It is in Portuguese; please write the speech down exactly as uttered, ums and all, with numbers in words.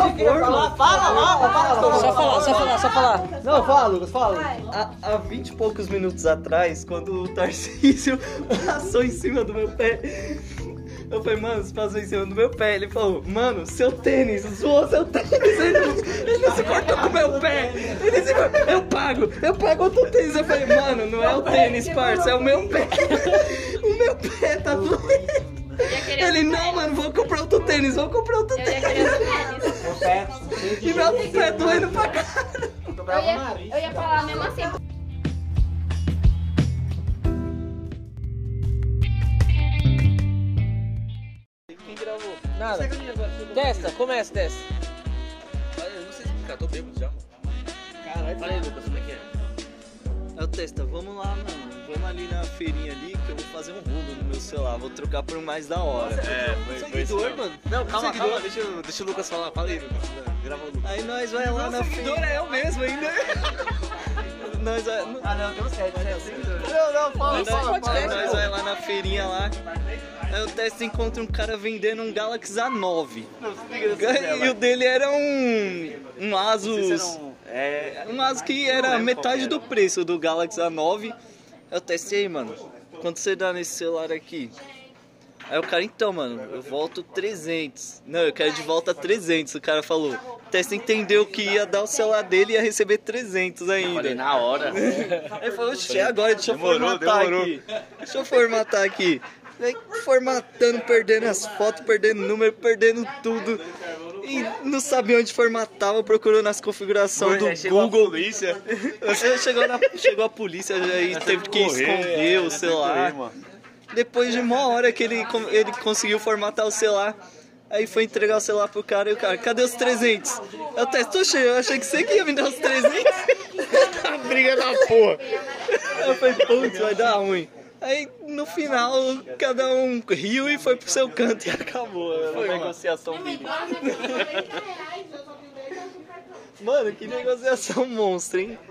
favor, mano. Fala logo, fala logo. Só falar, só falar, só falar. Não, fala, Lucas, fala. Há, há vinte e poucos minutos atrás, quando o Tarcísio passou em cima do meu pé, eu falei, mano, você passou em cima do meu pé. Ele falou, mano, seu tênis, zoou seu tênis. Ele não, ele não se importou com o meu pé. Ele se importou, eu pago, eu pago outro tênis. Eu falei, mano, não é o tênis, parça, é o meu pé. O meu pé tá doendo. Ele, não, mano, vou comprar outro tênis, vou comprar outro tênis. Meu pé, cheio de E meu pé doendo pra caralho. Eu ia, eu ia falar mesmo assim. Quem gravou? Nada. Testa, começa, testa. Eu não sei explicar, tô bêbado já, mano. Caralho, Fala aí, Lucas, como é que é? Aí o Testa, vamos lá, mano. Vamos ali na feirinha ali que eu vou fazer um rolo no meu celular. Vou trocar por um mais da hora. É, foi, foi isso seguidor, mesmo. mano. Não, calma, Seguidor. calma, deixa, eu- deixa o Lucas falar. Fala aí, Lucas. Grava o Lucas. Aí nós vai lá na feirinha. é eu mesmo ainda. Nós vai... Ah, não, tem um sete, né? Não, não, fala, Esse fala, podcast, fala. Nós pô. vai lá na feirinha lá. Aí o Testa encontra um cara vendendo um Galaxy A nove. E o dele era um... Um Asus... É, um Asus que era metade do preço do Galaxy A nove. Eu testei, mano. Quanto você dá nesse celular aqui? Aí o cara, então, mano, eu volto trezentos. Não, eu quero de volta trezentos, o cara falou. O Testa entendeu que ia dar o celular dele e ia receber trezentos ainda. Falei na hora. Ele falou, oxe, agora deixa eu Demorou, formatar demorou. aqui. Deixa eu formatar aqui. Aí, formatando, perdendo as fotos, perdendo número, perdendo tudo. E não sabia onde formatava, procurou nas configurações do Chegou a Google. polícia. Chegou, na, chegou a polícia e teve que esconder o celular. Depois de uma hora que ele, ele conseguiu formatar o celular, aí foi entregar o celular pro cara e o cara, cadê os trezentos? Eu testou cheio, eu achei que você que ia me dar os trezentos. A briga da porra. Eu falei, putz, vai dar ruim. Aí no final, cada um riu e foi pro seu canto e acabou a negociação dele. Mano, que negociação monstra, hein?